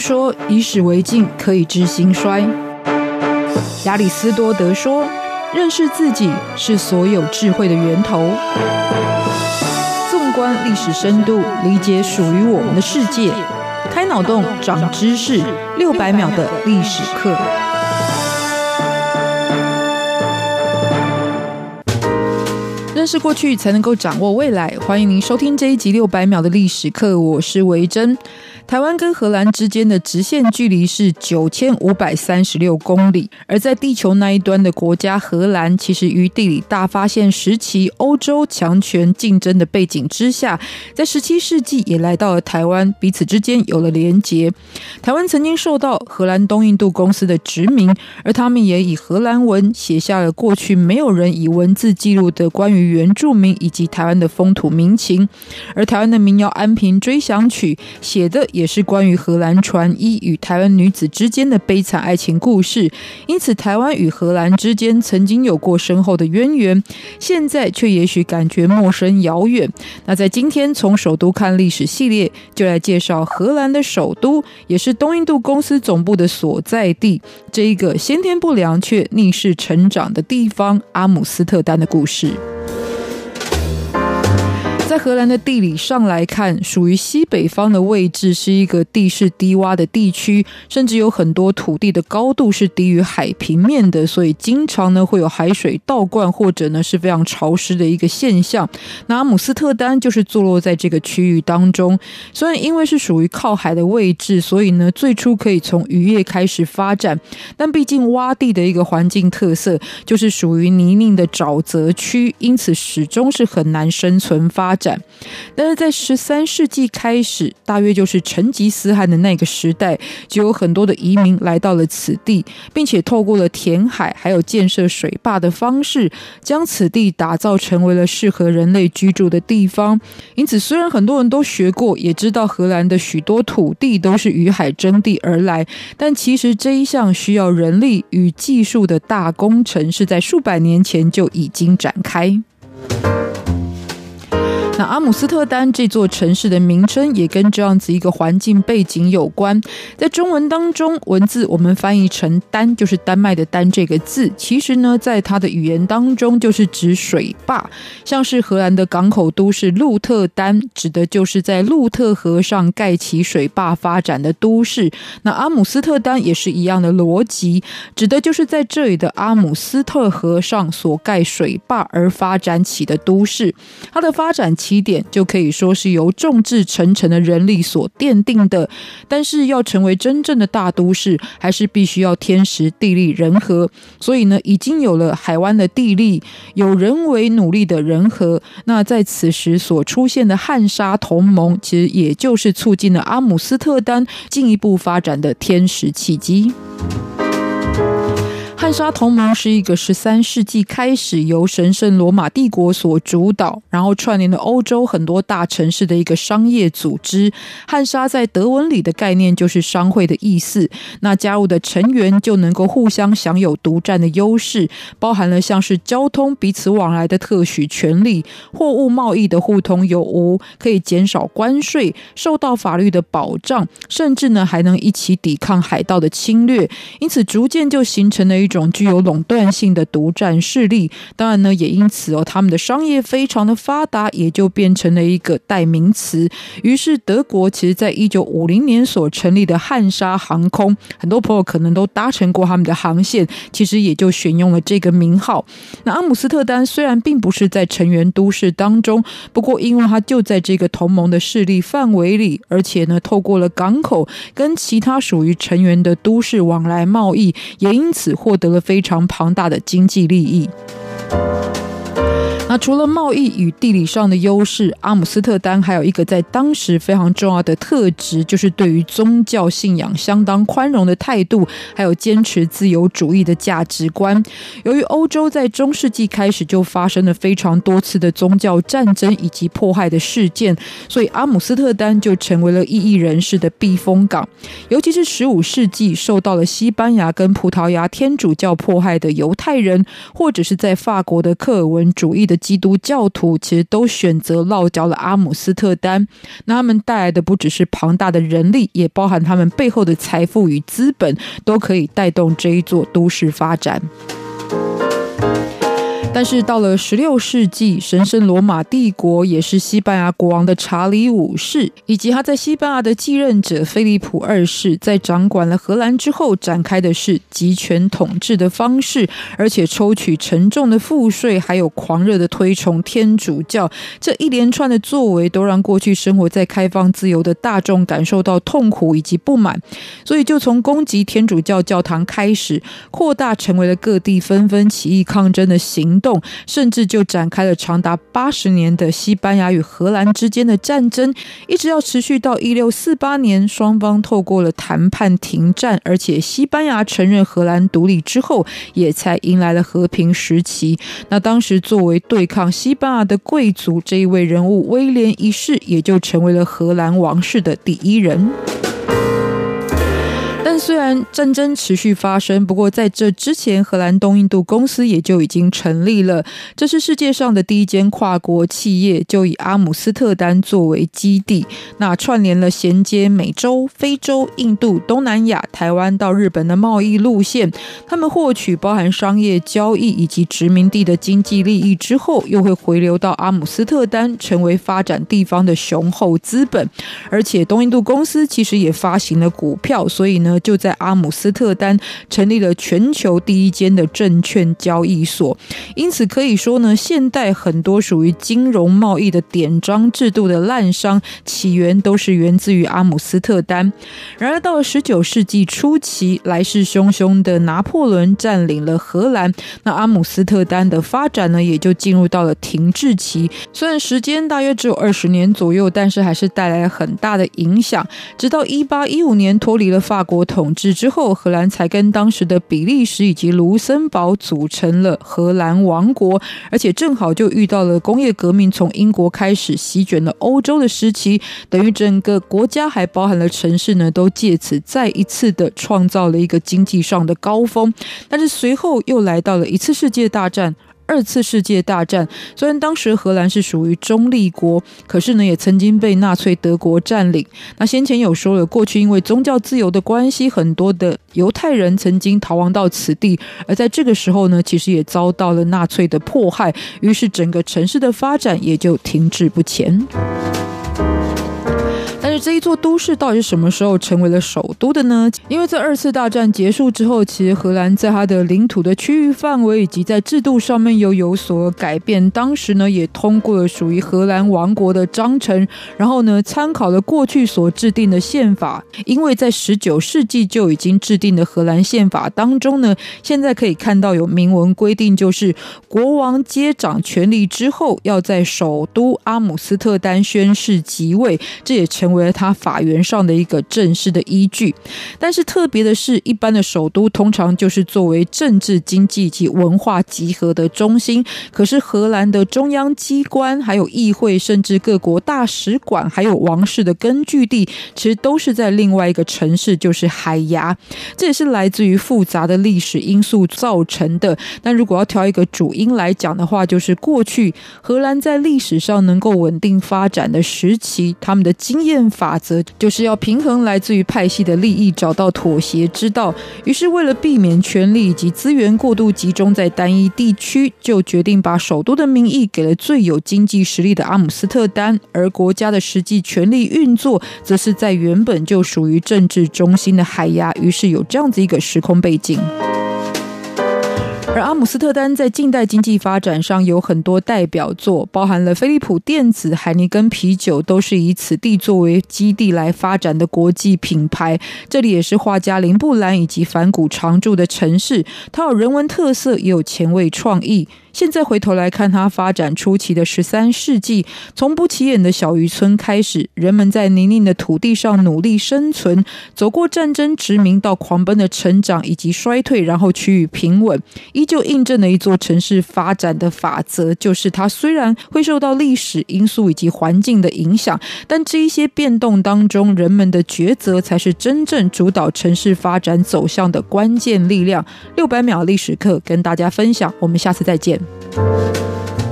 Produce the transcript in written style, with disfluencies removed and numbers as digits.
说以史为镜，可以知兴衰。亚里斯多德说，认识自己是所有智慧的源头。纵观历史深度，理解属于我们的世界，开脑洞，长知识，600秒的历史课。认识过去才能够掌握未来，欢迎您收听这一集600秒的历史课，我是维珍。台湾跟荷兰之间的直线距离是9536公里，而在地球那一端的国家荷兰，其实于地理大发现时期欧洲强权竞争的背景之下，在17世纪也来到了台湾，彼此之间有了连结。台湾曾经受到荷兰东印度公司的殖民，而他们也以荷兰文写下了过去没有人以文字记录的关于原住民以及台湾的风土民情。而台湾的民谣《安平追想曲》写的也是关于荷兰船医与台湾女子之间的悲惨爱情故事，因此台湾与荷兰之间曾经有过深厚的渊源，现在却也许感觉陌生遥远。那在今天从首都看历史系列，就来介绍荷兰的首都，也是东印度公司总部的所在地，这一个先天不良却逆势成长的地方——阿姆斯特丹的故事。在荷兰的地理上来看，属于西北方的位置是一个地势低洼的地区，甚至有很多土地的高度是低于海平面的，所以经常呢会有海水倒灌，或者呢是非常潮湿的一个现象。那阿姆斯特丹就是坐落在这个区域当中，虽然因为是属于靠海的位置，所以呢最初可以从渔业开始发展，但毕竟洼地的一个环境特色就是属于泥泞的沼泽区，因此始终是很难生存发展。但是在13世纪开始，大约就是成吉思汗的那个时代，就有很多的移民来到了此地，并且透过了填海还有建设水坝的方式，将此地打造成为了适合人类居住的地方。因此虽然很多人都学过，也知道荷兰的许多土地都是与海征地而来，但其实这一项需要人力与技术的大工程是在数百年前就已经展开。那阿姆斯特丹这座城市的名称也跟这样子一个环境背景有关。在中文当中，文字我们翻译成丹，就是丹麦的丹这个字，其实呢在它的语言当中就是指水坝，像是荷兰的港口都市鹿特丹，指的就是在鹿特河上盖起水坝发展的都市。那阿姆斯特丹也是一样的逻辑，指的就是在这里的阿姆斯特河上所盖水坝而发展起的都市。它的发展起点就可以说是由众志成城的人力所奠定的，但是要成为真正的大都市，还是必须要天时地利人和。所以呢，已经有了海湾的地利，有人为努力的人和。那在此时所出现的汉沙同盟，其实也就是促进了阿姆斯特丹进一步发展的天时契机。汉沙同盟是一个13世纪开始由神圣罗马帝国所主导，然后串联了欧洲很多大城市的一个商业组织。汉沙在德文里的概念就是商会的意思，那加入的成员就能够互相享有独占的优势，包含了像是交通彼此往来的特许权利，货物贸易的互通有无，可以减少关税，受到法律的保障，甚至呢还能一起抵抗海盗的侵略。因此逐渐就形成了一种具有垄断性的独占势力。当然呢，也因此他们的商业非常的发达，也就变成了一个代名词。于是德国其实在1950年所成立的汉莎航空，很多朋友可能都搭乘过他们的航线，其实也就选用了这个名号。那阿姆斯特丹虽然并不是在成员都市当中，不过因为它就在这个同盟的势力范围里，而且呢透过了港口跟其他属于成员的都市往来贸易，也因此获得了非常庞大的经济利益。那除了贸易与地理上的优势，阿姆斯特丹还有一个在当时非常重要的特质，就是对于宗教信仰相当宽容的态度，还有坚持自由主义的价值观。由于欧洲在中世纪开始就发生了非常多次的宗教战争以及迫害的事件，所以阿姆斯特丹就成为了异议人士的避风港。尤其是15世纪受到了西班牙跟葡萄牙天主教迫害的犹太人，或者是在法国的科尔文主义的基督教徒其实都选择落脚了阿姆斯特丹。那他们带来的不只是庞大的人力，也包含他们背后的财富与资本，都可以带动这一座都市发展。但是到了16世纪，神圣罗马帝国也是西班牙国王的查理五世以及他在西班牙的继任者菲利普二世在掌管了荷兰之后，展开的是集权统治的方式，而且抽取沉重的赋税，还有狂热的推崇天主教，这一连串的作为都让过去生活在开放自由的大众感受到痛苦以及不满，所以就从攻击天主教教堂开始，扩大成为了各地纷纷起义抗争的行动，甚至就展开了长达80年的西班牙与荷兰之间的战争，一直要持续到1648年，双方透过了谈判停战，而且西班牙承认荷兰独立之后，也才迎来了和平时期。那当时作为对抗西班牙的贵族，这一位人物威廉一世也就成为了荷兰王室的第一人。但虽然战争持续发生，不过在这之前，荷兰东印度公司也就已经成立了。这是世界上的第一间跨国企业，就以阿姆斯特丹作为基地，那串联了衔接美洲、非洲、印度、东南亚、台湾到日本的贸易路线。他们获取包含商业交易以及殖民地的经济利益之后，又会回流到阿姆斯特丹，成为发展地方的雄厚资本。而且东印度公司其实也发行了股票，所以呢，就在阿姆斯特丹成立了全球第一间的证券交易所。因此可以说呢，现代很多属于金融贸易的典章制度的滥觞起源都是源自于阿姆斯特丹。然而到了19世纪初期，来势汹汹的拿破仑占领了荷兰，那阿姆斯特丹的发展呢，也就进入到了停滞期。虽然时间大约只有20年左右，但是还是带来了很大的影响。直到1815年脱离了法国统治之后，荷兰才跟当时的比利时以及卢森堡组成了荷兰王国，而且正好就遇到了工业革命从英国开始席卷了欧洲的时期，等于整个国家还包含了城市呢，都借此再一次的创造了一个经济上的高峰。但是随后又来到了1次世界大战、2次世界大战，虽然当时荷兰是属于中立国，可是呢也曾经被纳粹德国占领。那先前有说了，过去因为宗教自由的关系，很多的犹太人曾经逃亡到此地，而在这个时候呢，其实也遭到了纳粹的迫害，于是整个城市的发展也就停滞不前。但是这一座都市到底是什么时候成为了首都的呢？因为在2次大战结束之后，其实荷兰在它的领土的区域范围以及在制度上面又有所改变。当时呢也通过了属于荷兰王国的章程，然后呢参考了过去所制定的宪法。因为在19世纪就已经制定的荷兰宪法当中呢，现在可以看到有明文规定，就是国王接掌权力之后，要在首都阿姆斯特丹宣誓即位，这也成为了他法源上的一个正式的依据。但是特别的是，一般的首都通常就是作为政治、经济及文化集合的中心，可是荷兰的中央机关还有议会，甚至各国大使馆还有王室的根据地，其实都是在另外一个城市，就是海牙。这也是来自于复杂的历史因素造成的。但如果要挑一个主因来讲的话，就是过去荷兰在历史上能够稳定发展的时期，他们的经验法则就是要平衡来自于派系的利益，找到妥协之道。于是为了避免权力以及资源过度集中在单一地区，就决定把首都的名义给了最有经济实力的阿姆斯特丹，而国家的实际权力运作则是在原本就属于政治中心的海牙，于是有这样子一个时空背景。而阿姆斯特丹在近代经济发展上有很多代表作，包含了飞利浦电子、海尼根啤酒，都是以此地作为基地来发展的国际品牌。这里也是画家林布兰以及梵谷常住的城市，它有人文特色，也有前卫创意。现在回头来看它发展初期的13世纪，从不起眼的小渔村开始，人们在泥泞的土地上努力生存，走过战争殖民到狂奔的成长以及衰退，然后趋于平稳，依旧印证了一座城市发展的法则，就是它虽然会受到历史因素以及环境的影响，但这一些变动当中，人们的抉择才是真正主导城市发展走向的关键力量。600秒历史课跟大家分享，我们下次再见。